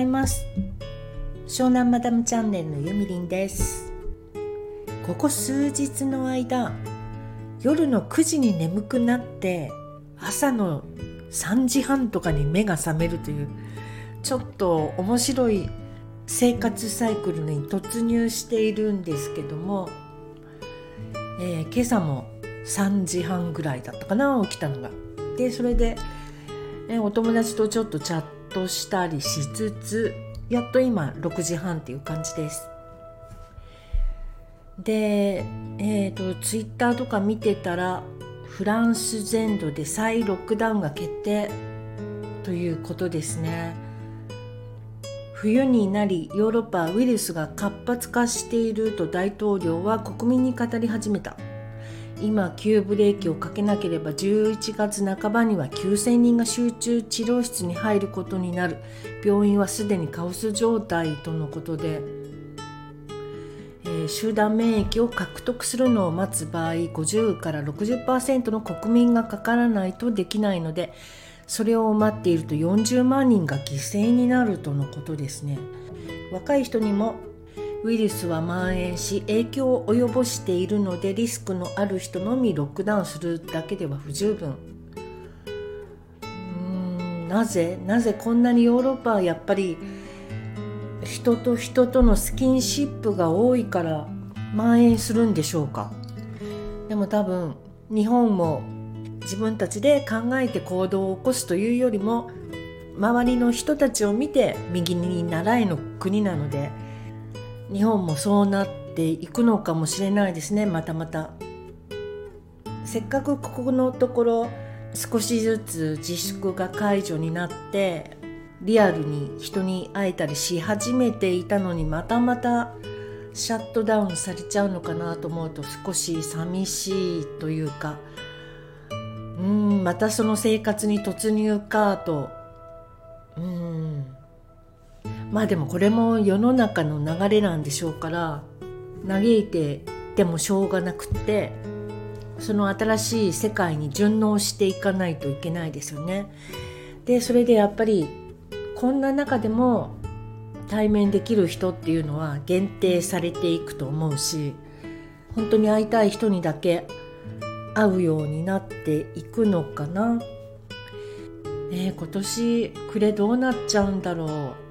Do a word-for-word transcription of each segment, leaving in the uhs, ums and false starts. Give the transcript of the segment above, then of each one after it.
います。湘南マダムチャンネルのゆみりんです。ここ数日の間、夜のくじに眠くなって朝のさんじはんとかに目が覚めるというちょっと面白い生活サイクルに突入しているんですけども、えー、今朝もさんじはんぐらいだったかな、起きたのが。でそれで、ね、お友達とちょっとチャットしたりしつつ、やっと今ろくじはんっていう感じです。で、えーと、ツイッターとか見てたら、フランス全土で再ロックダウンが決定ということですね。冬になりヨーロッパはウイルスが活発化していると大統領は国民に語り始めた。今急ブレーキをかけなければじゅういちがつなかばにはきゅうせんにんが集中治療室に入ることになる。病院はすでにカオス状態とのことで、えー、集団免疫を獲得するのを待つ場合、ごじゅうからろくじゅっパーセント の国民がかからないとできないので、それを待っているとよんじゅうまんにんが犠牲になるとのことですね。若い人にもウイルスは蔓延し影響を及ぼしているので、リスクのある人のみロックダウンするだけでは不十分。うーんなぜなぜこんなにヨーロッパはやっぱり人と人とのスキンシップが多いから蔓延するんでしょうか。でも多分日本も自分たちで考えて行動を起こすというよりも、周りの人たちを見て右に習いの国なので、日本もそうなっていくのかもしれないですね。またまたせっかくここのところ少しずつ自粛が解除になってリアルに人に会えたりし始めていたのに、またまたシャットダウンされちゃうのかなと思うと少し寂しいというか、うーんまたその生活に突入かと。うーんまあでもこれも世の中の流れなんでしょうから、嘆いてでもしょうがなくって、その新しい世界に順応していかないといけないですよね。でそれでやっぱりこんな中でも対面できる人っていうのは限定されていくと思うし、本当に会いたい人にだけ会うようになっていくのかな、ね、今年暮れどうなっちゃうんだろう。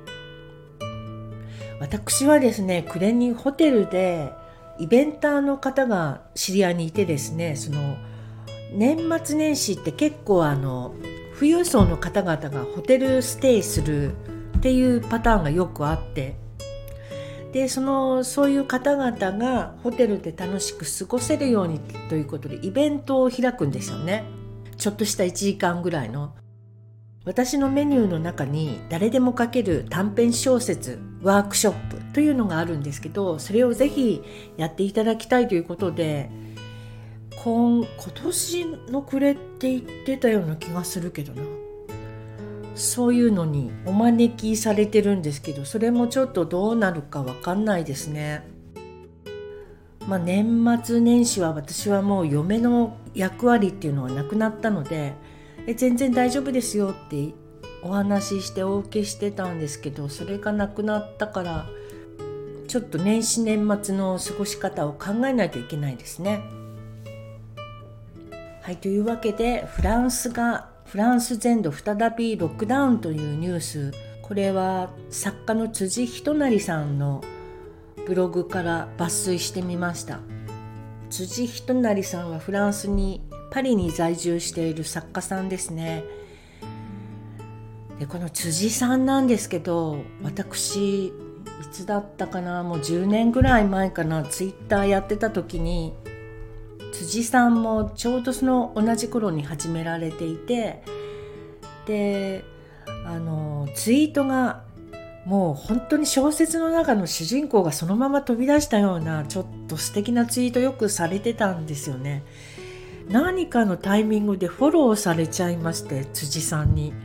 私はですね、暮れにホテルでイベンターの方が知り合いにいてですね、その年末年始って結構あの富裕層の方々がホテルステイするっていうパターンがよくあって、でそのそういう方々がホテルで楽しく過ごせるようにということでイベントを開くんですよね。ちょっとしたいちじかんぐらいの。私のメニューの中に誰でも書ける短編小説ワークショップというのがあるんですけど、それをぜひやっていただきたいということで、今, 今年の暮れって言ってたような気がするけどな。そういうのにお招きされてるんですけど、それもちょっとどうなるかわかんないですね。まあ、年末年始は私はもう嫁の役割っていうのはなくなったので、え全然大丈夫ですよってお話ししてお受けしてたんですけど、それがなくなったからちょっと年始年末の過ごし方を考えないといけないですね。はい、というわけでフランスがフランス全土再びロックダウンというニュース、これは作家の辻仁成さんのブログから抜粋してみました。辻仁成さんはフランスにパリに在住している作家さんですね。でこの辻さんなんですけど、私いつだったかな、もうじゅうねんぐらい前かな、ツイッターやってた時に辻さんもちょうどその同じ頃に始められていて、であのツイートがもう本当に小説の中の主人公がそのまま飛び出したようなちょっと素敵なツイートよくされてたんですよね。何かのタイミングでフォローされちゃいまして、辻さんに。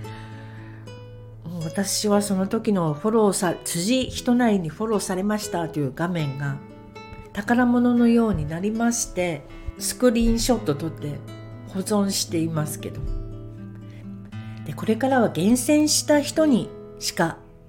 私はその時のフォローさ辻仁成にフォローされましたという画面が宝物のようになりまして、スクリーンショット撮って保存していますけど、でこれからは厳選した人にしか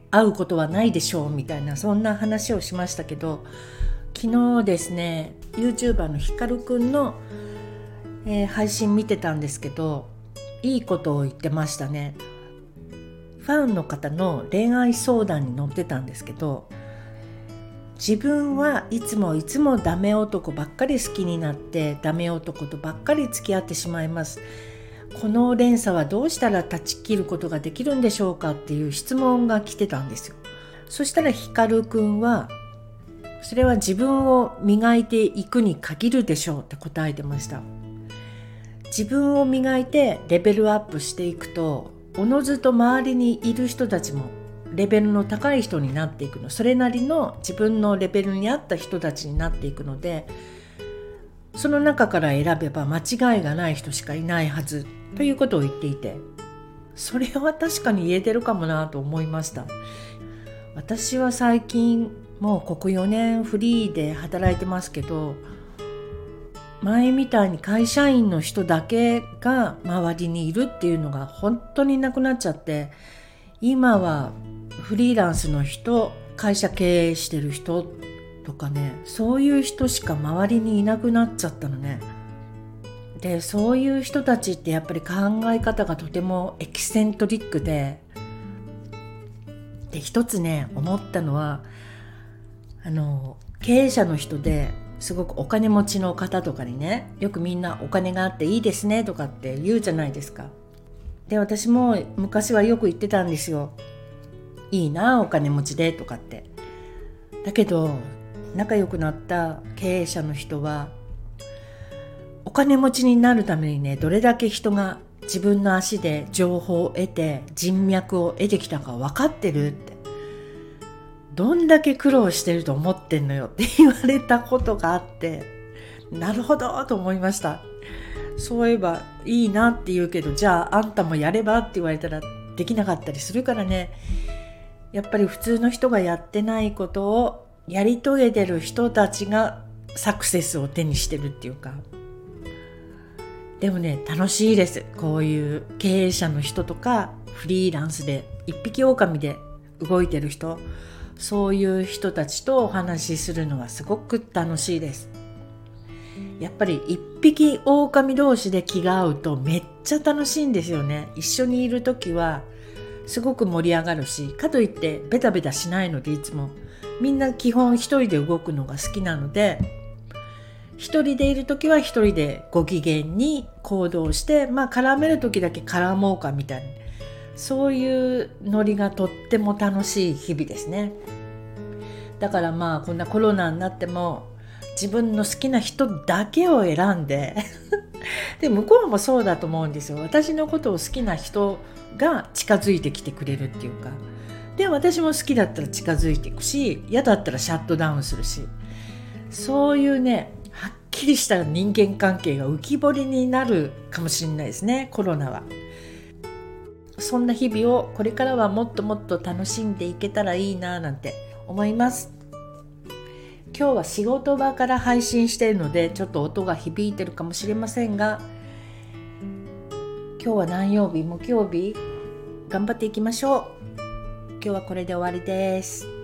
会うことはないでしょうみたいな、そんな話をしましたけど、昨日ですね YouTuber のひかるくんの、えー、配信見てたんですけど、いいことを言ってましたね。ファンの方の恋愛相談に乗ってたんですけど、自分はいつもいつもダメ男ばっかり好きになってダメ男とばっかり付き合ってしまいます。この連鎖はどうしたら断ち切ることができるんでしょうかっていう質問が来てたんですよ。そしたらひかるくんは、それは自分を磨いていくに限るでしょうって答えてました。自分を磨いてレベルアップしていくと、おのずと周りにいる人たちもレベルの高い人になっていくの。それなりの自分のレベルに合った人たちになっていくので、その中から選べば間違いがない人しかいないはずということを言っていて、それは確かに言えてるかもなと思いました。私は最近もうここよねんフリーで働いてますけど、前みたいに会社員の人だけが周りにいるっていうのが本当になくなっちゃって、今はフリーランスの人、会社経営してる人とかね、そういう人しか周りにいなくなっちゃったのね。で、そういう人たちってやっぱり考え方がとてもエキセントリックで、で一つね思ったのは、あの経営者の人ですごくお金持ちの方とかにね、よくみんなお金があっていいですねとかって言うじゃないですか。で、私も昔はよく言ってたんですよ。いいなお金持ちでとかって。だけど仲良くなった経営者の人は、お金持ちになるためにね、どれだけ人が自分の足で情報を得て人脈を得てきたか分かってるって、どんだけ苦労してると思ってんのよって言われたことがあって、なるほどと思いました。そういえばいいなって言うけど、じゃああんたもやればって言われたらできなかったりするからね。やっぱり普通の人がやってないことをやり遂げてる人たちがサクセスを手にしてるっていうか。でもね、楽しいです。こういう経営者の人とかフリーランスで一匹狼で動いてる人、そういう人たちとお話しするのはすごく楽しいです。やっぱり一匹狼同士で気が合うとめっちゃ楽しいんですよね。一緒にいるときはすごく盛り上がるし、かといってベタベタしないので、いつもみんな基本一人で動くのが好きなので、一人でいるときは一人でご機嫌に行動して、まあ絡めるときだけ絡もうかみたいな、そういうノリがとっても楽しい日々ですね。だからまあこんなコロナになっても自分の好きな人だけを選んでで向こうもそうだと思うんですよ。私のことを好きな人が近づいてきてくれるっていうか、で私も好きだったら近づいていくし、嫌だったらシャットダウンするし、そういうね、はっきりした人間関係が浮き彫りになるかもしれないですね、コロナは。そんな日々をこれからはもっともっと楽しんでいけたらいいななんて思います。今日は仕事場から配信しているのでちょっと音が響いてるかもしれませんが、今日は何曜日？木曜日？頑張っていきましょう。今日はこれで終わりです。